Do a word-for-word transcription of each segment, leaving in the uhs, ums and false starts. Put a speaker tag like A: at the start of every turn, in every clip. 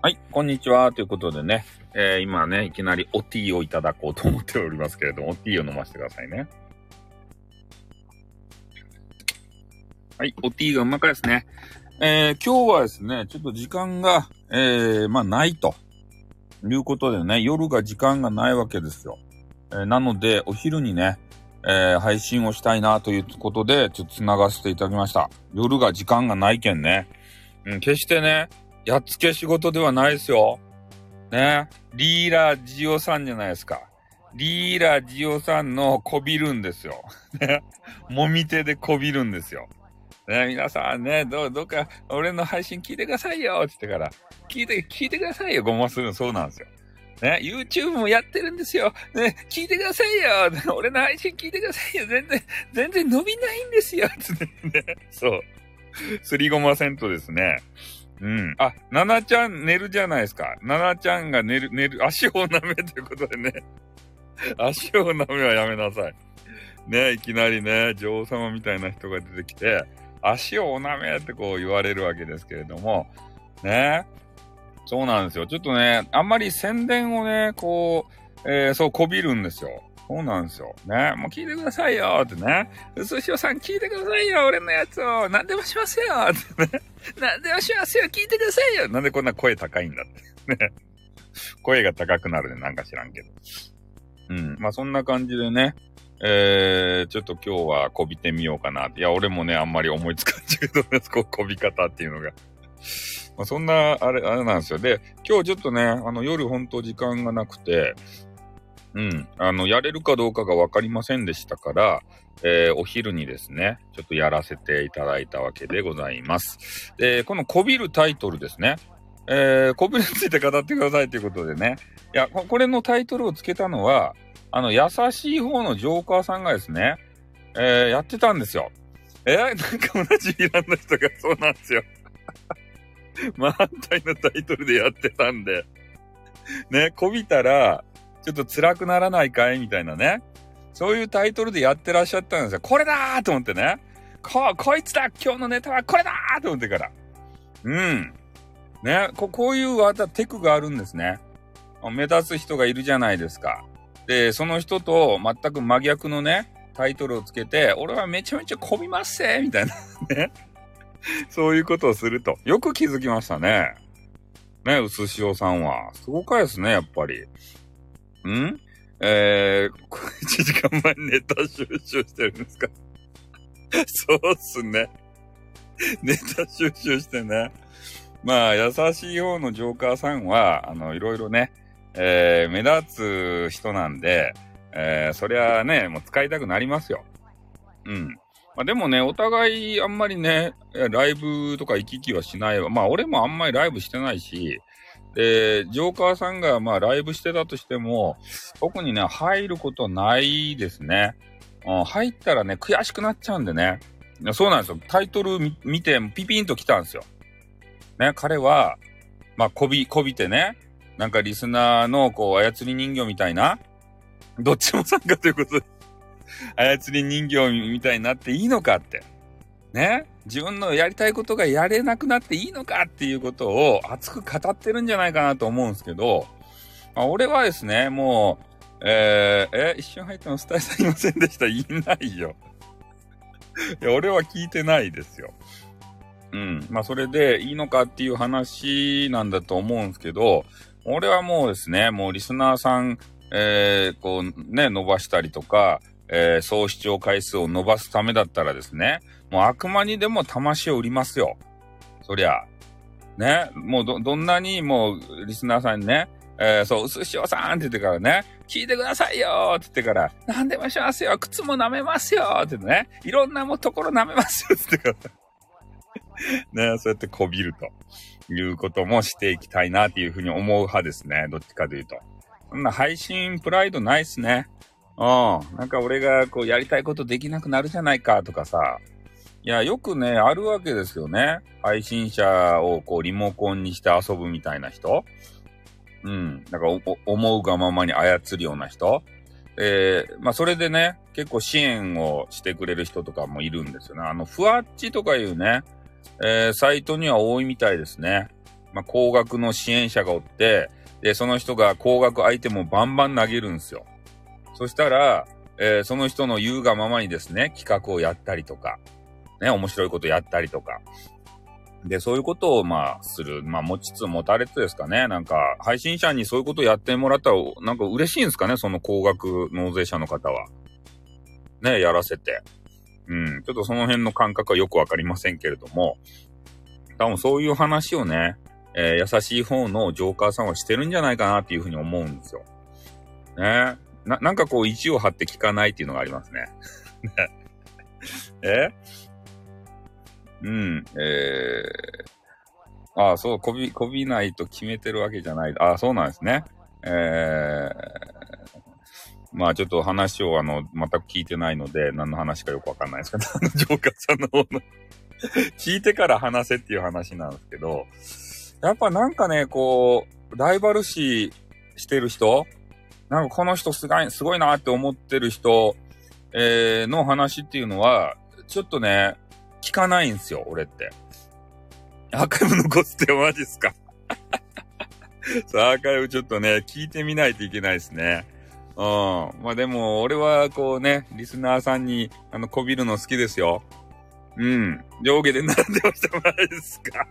A: はい、こんにちは。ということでね、えー、今ね、いきなりおティーをいただこうと思っておりますけれども、おティーを飲ませてくださいね。はい、おティーがうまかですね。えー、今日はですね、ちょっと時間が、えー、まあ、ないということでね、夜が時間がないわけですよ。えー、なので、お昼にね、えー、配信をしたいなということで、ちょっと繋がせていただきました。夜が時間がないけんね。うん、決してね、やっつけ仕事ではないですよ。ね。リーラジオさんじゃないですか。リーラジオさんのこびるんですよ。ね。もみ手でこびるんですよ。ね。皆さんね、どう、どうか、俺の配信聞いてくださいよって言ってから、聞いて、聞いてくださいよ。ごまするそうなんですよ。ね。YouTube もやってるんですよ。ね。聞いてくださいよ。俺の配信聞いてくださいよ。全然、全然伸びないんですよ。つってね。そう。すりごまセントですね。うん。あ、ななちゃん寝るじゃないですか。ななちゃんが寝る、寝る、足を舐めということでね。足を舐めはやめなさい。ね、いきなりね、女王様みたいな人が出てきて、足をお舐めってこう言われるわけですけれども、ね。そうなんですよ。ちょっとね、あんまり宣伝をね、こう、えー、そう、こびるんですよ。そうなんですよ。ね。もう聞いてくださいよってね。うすしおさん聞いてくださいよ俺のやつを何でもしますよってね。何でもしますよ聞いてくださいよなんでこんな声高いんだって。ね。声が高くなるね。なんか知らんけど。うん。まあそんな感じでね。えー、ちょっと今日はこびてみようかなって。いや、俺もね、あんまり思いつかんけどね、こう、こび方っていうのが。まあ、そんな、あれ、あれなんですよ。で、今日ちょっとね、あの、夜ほんと時間がなくて、うん。あの、やれるかどうかがわかりませんでしたから、えー、お昼にですね、ちょっとやらせていただいたわけでございます。で、このこびるタイトルですね。えー、こびるについて語ってくださいということでね。いや、これのタイトルをつけたのは、あの、優しい方のジョーカーさんがですね、えー、やってたんですよ。えー、なんか同じヴィランの人がそうなんですよ。真反対のタイトルでやってたんで。ね、こびたら、ちょっと辛くならないかいみたいなね。そういうタイトルでやってらっしゃったんですよ。これだーと思ってね。こ、こいつだ今日のネタはこれだーと思ってから。うん。ね、こ、こういう技、テクがあるんですね。目立つ人がいるじゃないですか。で、その人と全く真逆のね、タイトルをつけて、俺はめちゃめちゃこびますせみたいなね。そういうことをすると。よく気づきましたね。ね、うすしおさんは。すごかですね、やっぱり。んえー、いちじかんまえにネタ収集してるんですかそうっすね。ネタ収集してね。まあ、優しい方のジョーカーさんは、あの、いろいろね、えー、目立つ人なんで、えー、そりゃね、もう使いたくなりますよ。うん。まあでもね、お互いあんまりね、ライブとか行き来はしないわ。まあ俺もあんまりライブしてないし、で、ジョーカーさんがまあライブしてたとしても、特にね、入ることないですね。うん、入ったらね、悔しくなっちゃうんでね。そうなんですよ。タイトル見て、ピピンと来たんですよ。ね、彼は、まあ、こび、こびてね、なんかリスナーのこう、操り人形みたいな、どっちも参加ということで、操り人形みたいになっていいのかって。ね。自分のやりたいことがやれなくなっていいのかっていうことを熱く語ってるんじゃないかなと思うんですけど、まあ、俺はですね、もう、えー、え、一瞬入ってもスタイさんいませんでした。いないよ。いや、俺は聞いてないですよ。うん。まあ、それでいいのかっていう話なんだと思うんですけど、俺はもうですね、もうリスナーさん、えー、こうね、伸ばしたりとか、えー、総視聴回数を伸ばすためだったらですね、もう悪魔にでも魂を売りますよ。そりゃ。ね。もうど、どんなにもうリスナーさんにね、えー、そう、うすしおさんって言ってからね、聞いてくださいよって言ってから、何でもしますよ、靴も舐めますよって言ってね、いろんなもところ舐めますよって言ってから、ね、そうやってこびるということもしていきたいなっていうふうに思う派ですね。どっちかというと。そんな配信プライドないっすね。うん。なんか俺がこうやりたいことできなくなるじゃないかとかさ。いや、よくね、あるわけですよね。配信者をこうリモコンにして遊ぶみたいな人。うん。なんか思うがままに操るような人。えー、まあそれでね、結構支援をしてくれる人とかもいるんですよね。あの、ふわっちとかいうね、えー、サイトには多いみたいですね。 まあ、高額の支援者がおって、で、その人が高額アイテムをバンバン投げるんですよ。そしたら、えー、その人の言うがままにですね、企画をやったりとか、ね、面白いことやったりとか。で、そういうことを、まあ、する。まあ、持ちつ持たれつですかね。なんか、配信者にそういうことをやってもらったら、なんか嬉しいんですかね、その高額納税者の方は。ね、やらせて。うん。ちょっとその辺の感覚はよくわかりませんけれども、多分そういう話をね、えー、優しい方のジョーカーさんはしてるんじゃないかなっていうふうに思うんですよ。ね。な、なんかこう、意地を張って聞かないっていうのがありますね。えうん、えー、ああ、そう、こび、こびないと決めてるわけじゃない。ああ、そうなんですね。えー、まあちょっと話をあの、全く聞いてないので、何の話かよくわかんないですけど、あの、ジョーカーさんの方の聞いてから話せっていう話なんですけど、やっぱなんかね、こう、ライバル視してる人、なんかこの人すごい、すごいなって思ってる人、えー、の話っていうのは、ちょっとね、聞かないんですよ、俺って。アーカイブ残すってマジっすかさあ、アーカイブちょっとね、聞いてみないといけないですね。うん。まあでも、俺はこうね、リスナーさんに、あの、こびるの好きですよ。うん。上下で並んでましたマジですか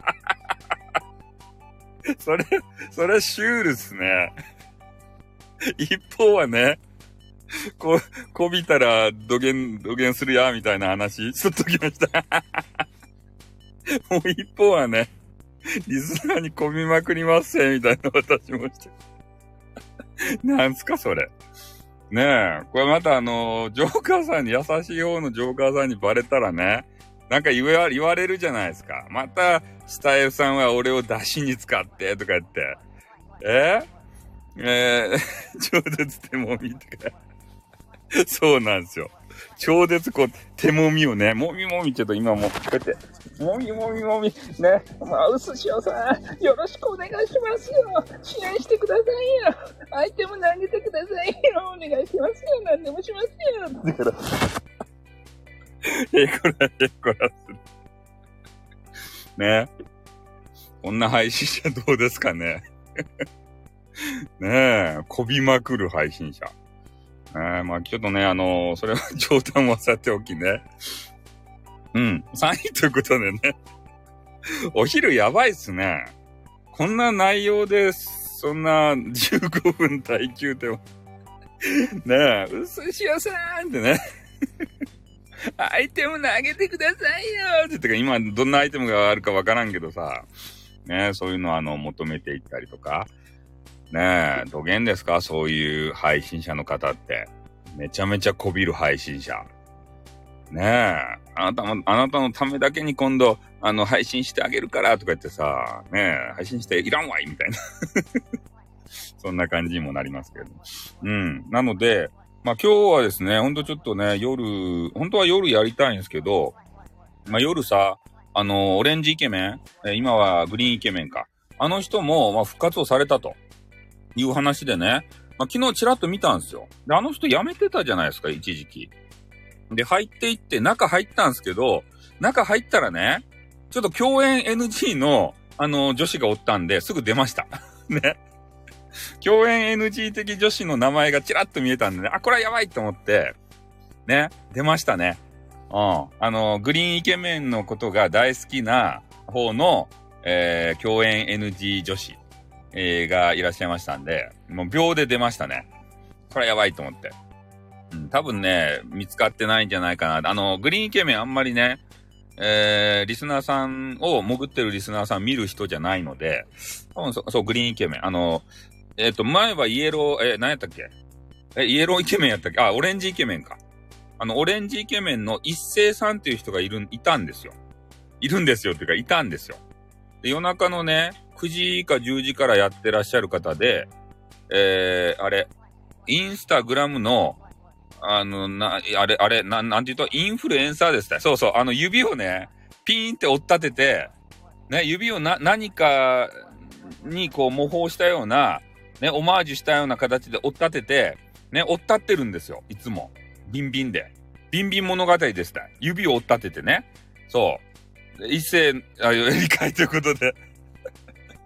A: それ、それシュールっすね。一方はね、こ、こびたら土下、土下するや、みたいな話しとっときました。もう一方はね、リスナーにこびまくりますせ、みたいな私もして。なんすか、それ。ねえ。これまたあの、ジョーカーさんに、優しい方のジョーカーさんにバレたらね、なんか言わ、言われるじゃないですか。また、スタイフさんは俺を出しに使って、とか言って。ええー、超絶手もみとか。そうなんですよ。超絶こう、手もみをね、もみもみちょっと今もう、こうやって、もみもみもみ、ね、まあ、うすしおさん、よろしくお願いしますよ。支援してくださいよ。アイテム投げてくださいよ。お願いしますよ。何でもしますよ。だから、えこらえこらする。ね。こんな配信者どうですかね。ねえ、こびまくる配信者。ねえ、まあちょっとね、あのー、それは冗談はさておきね。うん。さんいということでね。お昼やばいっすね。こんな内容で、そんなじゅうごふん耐久でも。ねえ、うすしおさんってね。アイテム投げてくださいよって言ってか、今どんなアイテムがあるかわからんけどさ。ねえ、そういうのをあの、求めていったりとか。ねえ、どげんですかそういう配信者の方って。めちゃめちゃこびる配信者。ねえ、あなたも、あなたのためだけに今度、あの、配信してあげるからとか言ってさ、ねえ、配信していらんわいみたいな。そんな感じにもなりますけど。うん。なので、まあ今日はですね、ほんとちょっとね、夜、本当は夜やりたいんですけど、まあ夜さ、あの、オレンジイケメン、え今はグリーンイケメンか。あの人も、まあ復活をされたと。いう話でね、まあ、昨日ちらっと見たんですよ。で、あの人辞めてたじゃないですか、一時期。で、入っていって、中入ったんですけど、中入ったらね、ちょっと共演 エヌジー の、あの、女子がおったんで、すぐ出ました。ね。共演 エヌジー 的女子の名前がちらっと見えたんでね、あ、これはやばいと思って、ね、出ましたね。うん。あの、グリーンイケメンのことが大好きな方の、えー、共演 エヌジー 女子。えー、がいらっしゃいましたんで、もう秒で出ましたね。これやばいと思って。うん、多分ね、見つかってないんじゃないかな。あの、グリーンイケメンあんまりね、えー、リスナーさんを潜ってるリスナーさん見る人じゃないので、多分そ、そう、グリーンイケメン。あの、えっと、前はイエロー、え、何やったっけえ、イエローイケメンやったっけあ、オレンジイケメンか。あの、オレンジイケメンの一斉さんっていう人がいる、いたんですよ。いるんですよっていうか、いたんですよ。で、夜中のね、くじかじゅうじからやってらっしゃる方で、えー、あれ、インスタグラムの、あの、な、あれ、あれ、な、なんて言うと、インフルエンサーですね。そうそう、あの指をね、ピーンって追っ立てて、ね、指をな、何かにこう模倣したような、ね、オマージュしたような形で追っ立てて、ね、追っ立ってるんですよ。いつも。ビンビンで。ビンビン物語でした。指を追っ立ててね。そう。一斉、あ、理解ということで。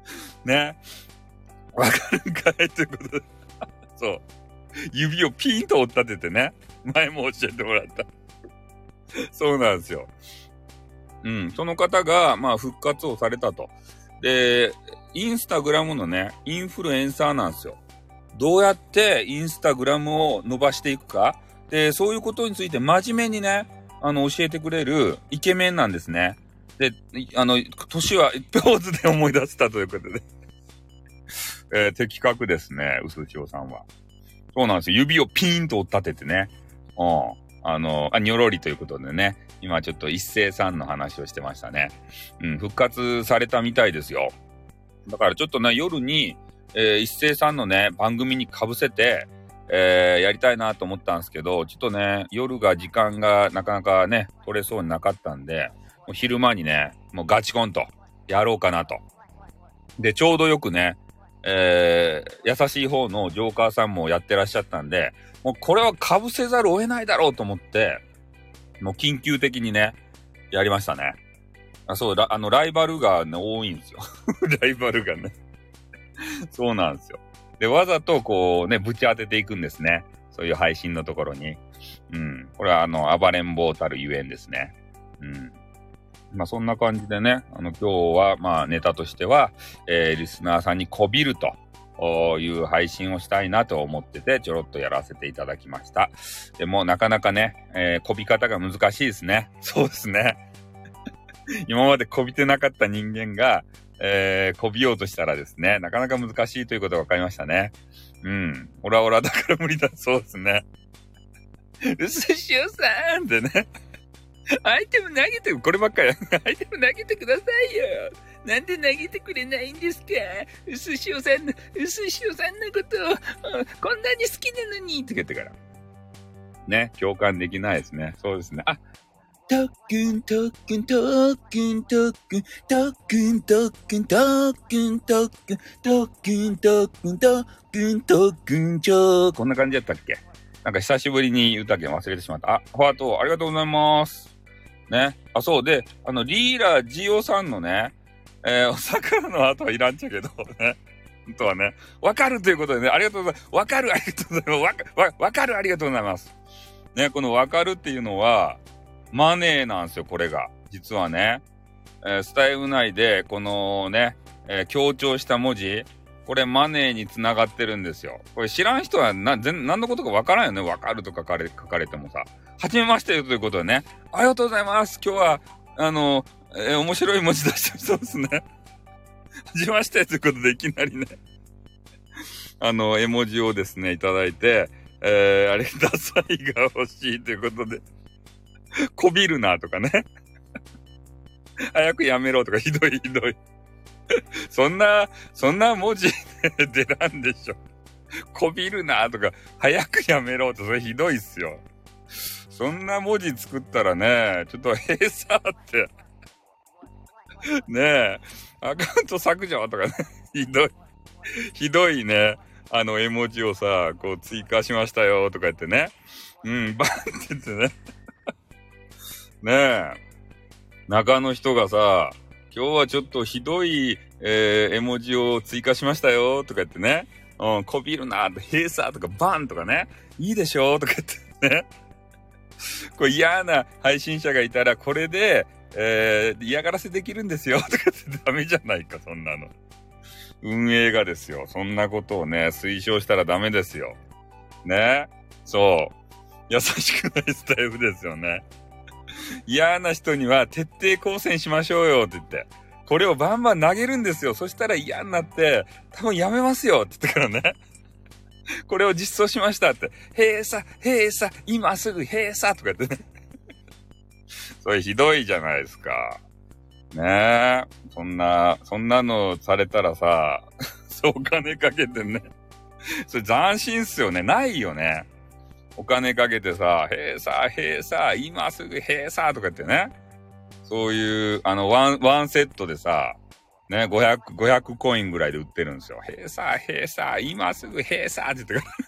A: ね。わかるんかいということで。そう。指をピーンと折り立ててね。前も教えてもらった。そうなんですよ。うん。その方が、まあ、復活をされたと。で、インスタグラムのね、インフルエンサーなんですよ。どうやってインスタグラムを伸ばしていくか。で、そういうことについて真面目にね、あの、教えてくれるイケメンなんですね。で、あの、年は一票ずで思い出したということで。えー、的確ですね、うすしおさんは。そうなんですよ。指をピーンと折り立ててね。うん。あの、あ、にょろりということでね。今ちょっと一斉さんの話をしてましたね。うん、復活されたみたいですよ。だからちょっとね、夜に、えー、一斉さんのね、番組に被せて、えー、やりたいなと思ったんですけど、ちょっとね、夜が時間がなかなかね、取れそうになかったんで、もう昼間にね、もうガチコンと、やろうかなと。で、ちょうどよくね、えー、優しい方のジョーカーさんもやってらっしゃったんで、もうこれは被せざるを得ないだろうと思って、もう緊急的にね、やりましたね。あ、そう、あの、ライバルがね、多いんですよ。ライバルがね。そうなんですよ。で、わざとこうね、ぶち当てていくんですね。そういう配信のところに。うん。これはあの、暴れん坊たるゆえんですね。うん。まあそんな感じでね、あの今日はまあネタとしては、えー、リスナーさんにこびるという配信をしたいなと思ってて、ちょろっとやらせていただきました。でもなかなかね、えー、こび方が難しいですね。そうですね。今までこびてなかった人間が、えー、こびようとしたらですね、なかなか難しいということが分かりましたね。うん。オラオラだから無理だ。そうですね。うすしおさんってね。アイテム投げて、こればっかり。アイテム投げてくださいよ。なんで投げてくれないんですか？うすしおさんの、うすしおさんのことを、こんなに好きなのにって言ってから。ね、共感できないですね。そうですね。あ、特訓、特訓、特訓、特訓、特訓、特訓、特訓、特訓、特訓、特訓、特訓、特訓、ちょこんな感じやったっけ？なんか久しぶりに歌け忘れてしまった。あ、ファート、ありがとうございます。ね。あ、そうで、あの、リーラジオさんのね、えー、お魚の後はいらんちゃけどね。本当はね。わかるということでね、ありがとうございます。わかる、ありがとうございます。わか、わ、わかる、ありがとうございます。ね、このわかるっていうのは、マネーなんですよ、これが。実はね。えー、スタイル内で、このね、えー、強調した文字、これマネーにつながってるんですよ。これ知らん人はな、全、何のことかわからんよね。わかるとか書かれ、書かれてもさ。はじめましてよということでね。ありがとうございます。今日は、あの、えー、面白い文字出してそうですね。はじめましてということでいきなりね。あの、絵文字をですね、いただいて、えー、あれ、ダサいが欲しいということで。こびるなとかね。早くやめろとか、ひどいひどい。そんな、そんな文字出らんでしょ。こびるなとか、早くやめろと、それひどいっすよ。そんな文字作ったらね、ちょっと閉鎖って。ねえ、アカウント削除とかね、ひどい。ひどいね、あの絵文字をさ、こう追加しましたよとか言ってね。うん、バンって言ってね。ねえ。中の人がさ、今日はちょっとひどい、えー、絵文字を追加しましたよとか言ってね。うん、こびるなーって、閉鎖とかバンとかね。いいでしょとか言ってね。これ嫌な配信者がいたら、これで、えー、嫌がらせできるんですよとかってダメじゃないか、そんなの。運営がですよ。そんなことをね、推奨したらダメですよ。ね。そう。優しくないスタイルですよね。嫌な人には徹底抗戦しましょうよって言って。これをバンバン投げるんですよ。そしたら嫌になって、多分やめますよって言ってからね。これを実装しましたって。閉鎖、閉鎖、今すぐ閉鎖とか言ってね。それひどいじゃないですか。ねえ。そんな、そんなのされたらさ、そうお金かけてね。それ斬新っすよね。ないよね。お金かけてさ、閉鎖、閉鎖、今すぐ閉鎖とか言ってね。そういう、あの、ワン、ワンセットでさ、ね、ごひゃく、ごひゃくコインぐらいで売ってるんですよ。閉鎖、閉鎖、今すぐ閉鎖って言ってから。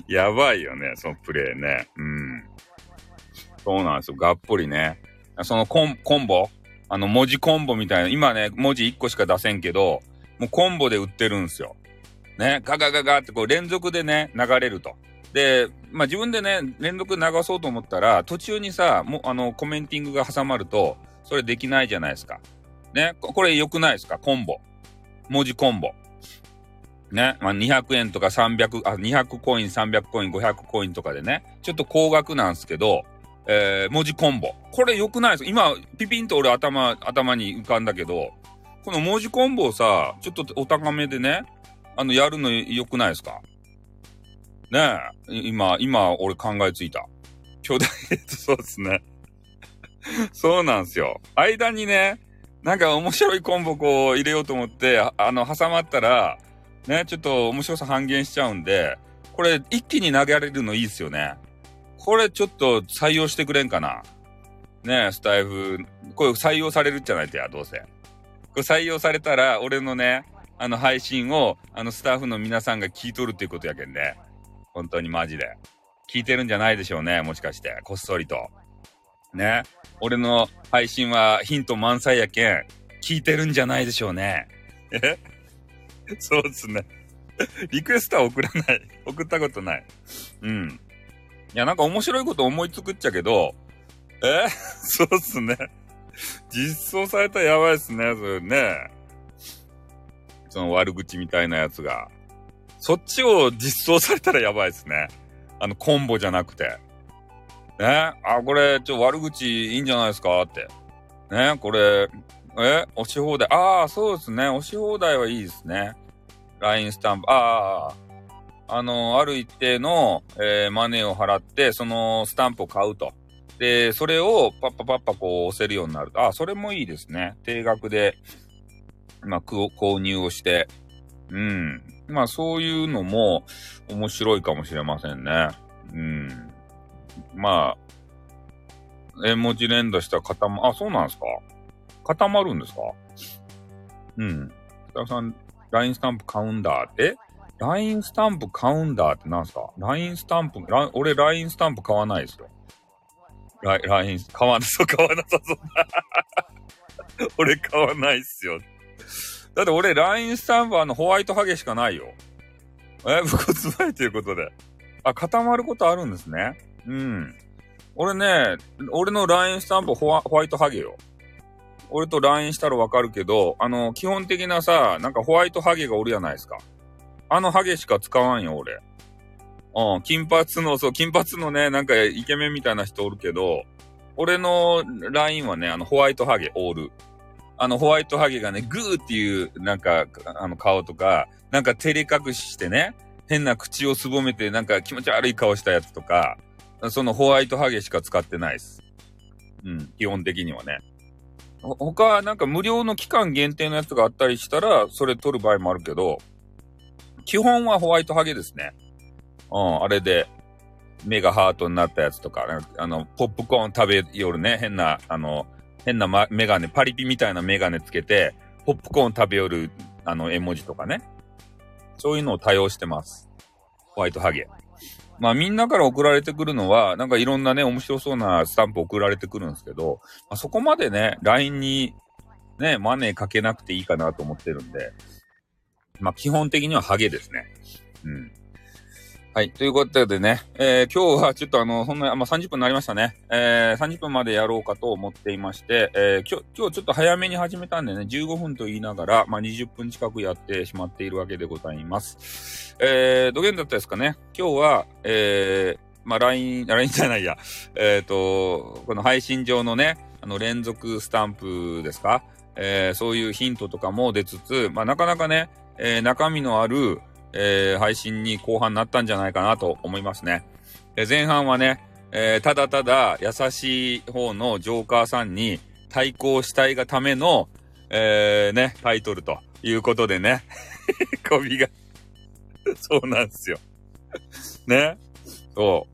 A: やばいよね、そのプレイね。うん。そうなんですよ。がっぽりね。そのコン、コンボあの、文字コンボみたいな、今ね、文字いっこしか出せんけど、もうコンボで売ってるんですよ。ね、ガガガガってこう連続でね、流れると。で、まあ、自分でね、連続流そうと思ったら、途中にさ、もう、あの、コメンティングが挟まると、それできないじゃないですか。ね、これ良くないですか？コンボ。文字コンボ。ね、まあ、にひゃくえんとかさんびゃく、あ、にひゃくコイン、さんびゃくコイン、ごひゃくコインとかでね、ちょっと高額なんですけど、えー、文字コンボ。これ良くないですか？今、ピピンと俺頭、頭に浮かんだけど、この文字コンボをさ、ちょっとお高めでね、あの、やるの良くないですか？ねえ、今、今、俺考えついた。巨大、そうですね。そうなんですよ。間にね、なんか面白いコンボこう入れようと思って、あ, あの、挟まったら、ね、ちょっと面白さ半減しちゃうんで、これ一気に投げられるのいいですよね。これちょっと採用してくれんかな。ねえ、スタイフ、これ採用されるじゃないとや、どうせ。これ採用されたら、俺のね、あの配信を、あのスタッフの皆さんが聞いとるっていうことやけんね。本当にマジで。聞いてるんじゃないでしょうね、もしかして。こっそりと。ね。俺の配信はヒント満載やけん、聞いてるんじゃないでしょうね。えそうですね。リクエストは送らない。送ったことない。うん。いや、なんか面白いこと思いつくっちゃけど、えそうっすね。実装されたらやばいっすね、それね。その悪口みたいなやつが。そっちを実装されたらやばいっすね。あの、コンボじゃなくて。ね。あ、これ、ちょ、悪口いいんじゃないですかって。ね、これ、え押し放題。ああ、そうですね。押し放題はいいですね。ライン スタンプ。ああ、あの、ある一定の、えー、マネーを払って、そのスタンプを買うと。で、それをパッパパッパこう押せるようになると。ああ、それもいいですね。定額で、まあ、購入をして。うん。まあ、そういうのも面白いかもしれませんね。うん。まあ、絵文字連打したら固ま、あ、そうなんですか？固まるんですか？うん。北田さん、ライン スタンプカウンダーって ライン スタンプカウンダーってなんすか？ ライン スタンプ、ラ俺 ライン スタンプ買わないですよ。ライン、ライン、買わなそう、買わなさそうだ。俺買わないっすよ。だって俺 ライン スタンプあのホワイトハゲしかないよ。え、武骨前ということで。あ、固まることあるんですね。うん。俺ね、俺の ライン スタンプホワ、ホワイトハゲよ。俺と ライン したらわかるけど、あの、基本的なさ、なんかホワイトハゲがおるやないですか。あのハゲしか使わんよ、俺。うん、金髪の、そう、金髪のね、なんかイケメンみたいな人おるけど、俺の ライン はね、あの、ホワイトハゲ、オール。あの、ホワイトハゲがね、グーっていう、なんか、あの、顔とか、なんか照れ隠ししてね、変な口をすぼめて、なんか気持ち悪い顔したやつとか、そのホワイトハゲしか使ってないです。うん、基本的にはね。他、なんか無料の期間限定のやつがあったりしたら、それ取る場合もあるけど、基本はホワイトハゲですね。うん、あれで、目がハートになったやつとか、あの、ポップコーン食べよるね、変な、あの、変な、ま、メガネ、パリピみたいなメガネつけて、ポップコーン食べよる、あの、絵文字とかね。そういうのを多用してます。ホワイトハゲ。まあみんなから送られてくるのは、なんかいろんなね、面白そうなスタンプ送られてくるんですけど、まあ、そこまでね、ライン にね、マネーかけなくていいかなと思ってるんで、まあ基本的にはハゲですね。うん。はい。ということでね、えー、今日はちょっとあの、そんな、まあ、さんじゅっぷんになりましたね。えー、さんじゅっぷんまでやろうかと思っていまして、えー、今日、今日ちょっと早めに始めたんでね、じゅうごふんと言いながら、まあ、にじゅっぷん近くやってしまっているわけでございます。えー、どげんだったですかね。今日は、えー、まあ、ライン、ライン じゃないや、えっと、この配信上のね、あの、連続スタンプですか、えー、そういうヒントとかも出つつ、まあ、なかなかね、えー、中身のある、えー、配信に後半なったんじゃないかなと思いますね。えー、前半はね、えー、ただただ優しい方のジョーカーさんに対抗したいがための、えー、ね、タイトルということでね、コビが、そうなんですよ。ね。そう。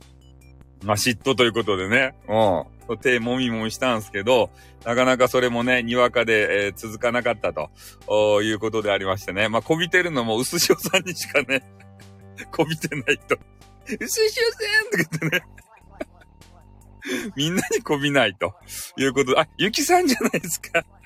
A: まあ、嫉妬ということでね、うん。手もみもみしたんですけど、なかなかそれもね、にわかで、えー、続かなかったということでありましてね。まあ、こびてるのも薄塩さんにしかね、こびてないと。薄塩さんとか言ってね。みんなにこびないということで、あ、ゆきさんじゃないですか。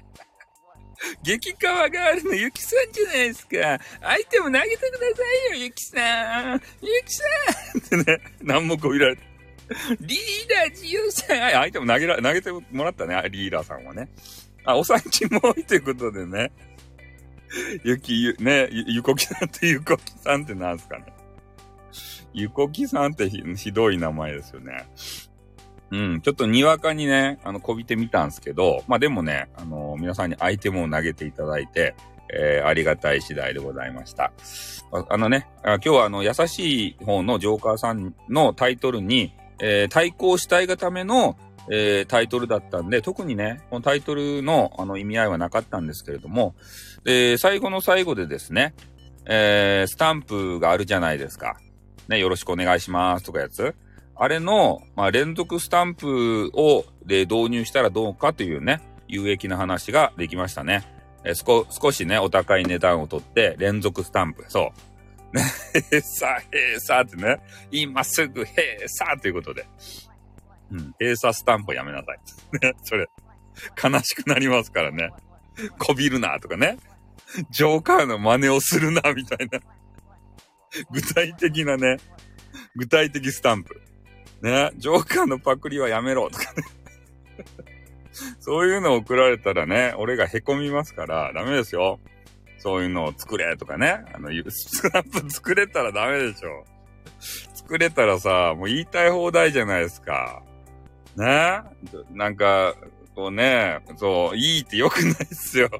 A: 激川ガールのゆきさんじゃないですか。アイテム投げてくださいよ、ゆきさん。ゆきさんってね、何もこびられて。リーダー自由さん。アイテム投げら、投げてもらったね、リーダーさんはね。あ、おさんちも多いということでね。ゆきゆ、ね、ゆ、ゆこきさんってゆこきさんってなんすかね。ゆこきさんって ひ, ひどい名前ですよね。うん、ちょっとにわかにね、あの、こびてみたんですけど、まあでもね、あの、皆さんにアイテムを投げていただいて、えー、ありがたい次第でございました。あ, あのねあ、今日はあの、優しい方のジョーカーさんのタイトルに、えー、対抗したいがための、えー、タイトルだったんで、特にね、このタイトルのあの意味合いはなかったんですけれども、えー、最後の最後でですね、えー、スタンプがあるじゃないですか。ね、よろしくお願いしますとかやつ。あれの、まあ、連続スタンプをで導入したらどうかというね、有益な話ができましたね。えー、少、少しね、お高い値段を取って、連続スタンプ。そう。ね、へーさ、へーさってね、今すぐへーさということで。うん、閉鎖スタンプやめなさい。ね、それ、悲しくなりますからね。こびるなとかね。ジョーカーの真似をするなみたいな。具体的なね、具体的スタンプ。ね、ジョーカーのパクリはやめろとかね。そういうのを送られたらね、俺が凹みますからダメですよ。そういうのを作れとかね。あの、スタンプ作れたらダメでしょ。作れたらさ、もう言いたい放題じゃないですか。ね、なんか、こうね、そう、いいって良くないっすよ。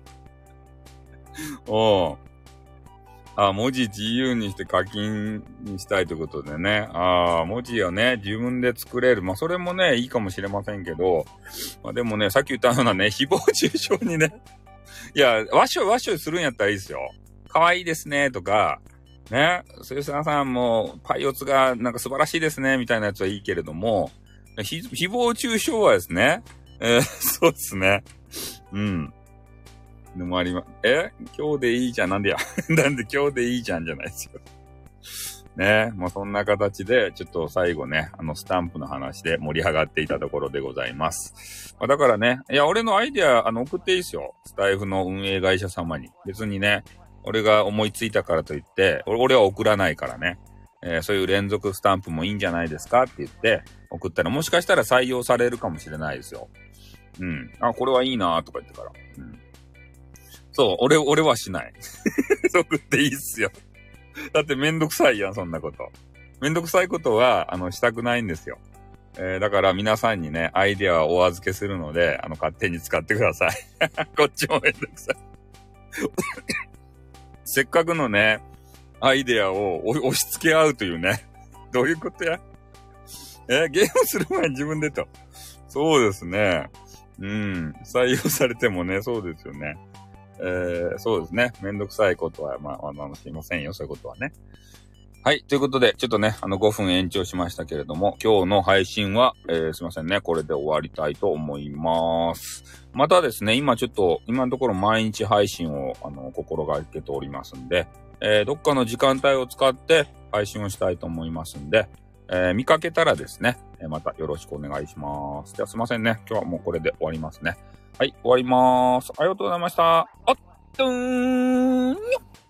A: おう。あ、文字自由にして課金にしたいということでね。ああ、文字をね、自分で作れる。まあ、それもね、いいかもしれませんけど、まあ、でもね、さっき言ったようなね、誹謗中傷にね、いや、わっしょいわっしょいするんやったらいいですよ。可愛いですね、とか、ね、スーサーさんも、パイオツがなんか素晴らしいですね、みたいなやつはいいけれども、ひ誹謗中傷はですね、えー、そうですね。うん。でもありま、え今日でいいじゃん。なんでや。なんで今日でいいじゃんじゃないですよ。ね。もうそんな形で、ちょっと最後ね、あのスタンプの話で盛り上がっていたところでございます。まあ、だからね、いや、俺のアイデア、あの、送っていいですよ。スタイフの運営会社様に。別にね、俺が思いついたからといって、俺は送らないからね。えー、そういう連続スタンプもいいんじゃないですかって言って送ったら、もしかしたら採用されるかもしれないですよ。うん。あ、これはいいなーとか言ってから。うん。そう、俺、俺はしない。送っていいっすよ。だってめんどくさいやん、そんなこと。めんどくさいことは、あの、したくないんですよ。えー、だから皆さんにね、アイデアをお預けするので、あの、勝手に使ってください。こっちもめんどくさい。せっかくのね、アイデアを押し付け合うというね。どういうことや？えー、ゲームする前に自分でと。そうですね。うん。採用されてもね、そうですよね。えー、そうですね。めんどくさいことは、まあ、あの、すいませんよ。そういうことはね。はい。ということで、ちょっとね、あの、ごふん延長しましたけれども、今日の配信は、えー、すいませんね。これで終わりたいと思います。またですね、今ちょっと、今のところ毎日配信を、あの、心がけておりますんで、えー、どっかの時間帯を使って配信をしたいと思いますんで、えー、見かけたらですね、またよろしくお願いします。じゃあすいませんね。今日はもうこれで終わりますね。はい、終わります。ありがとうございました。あっとーんよっ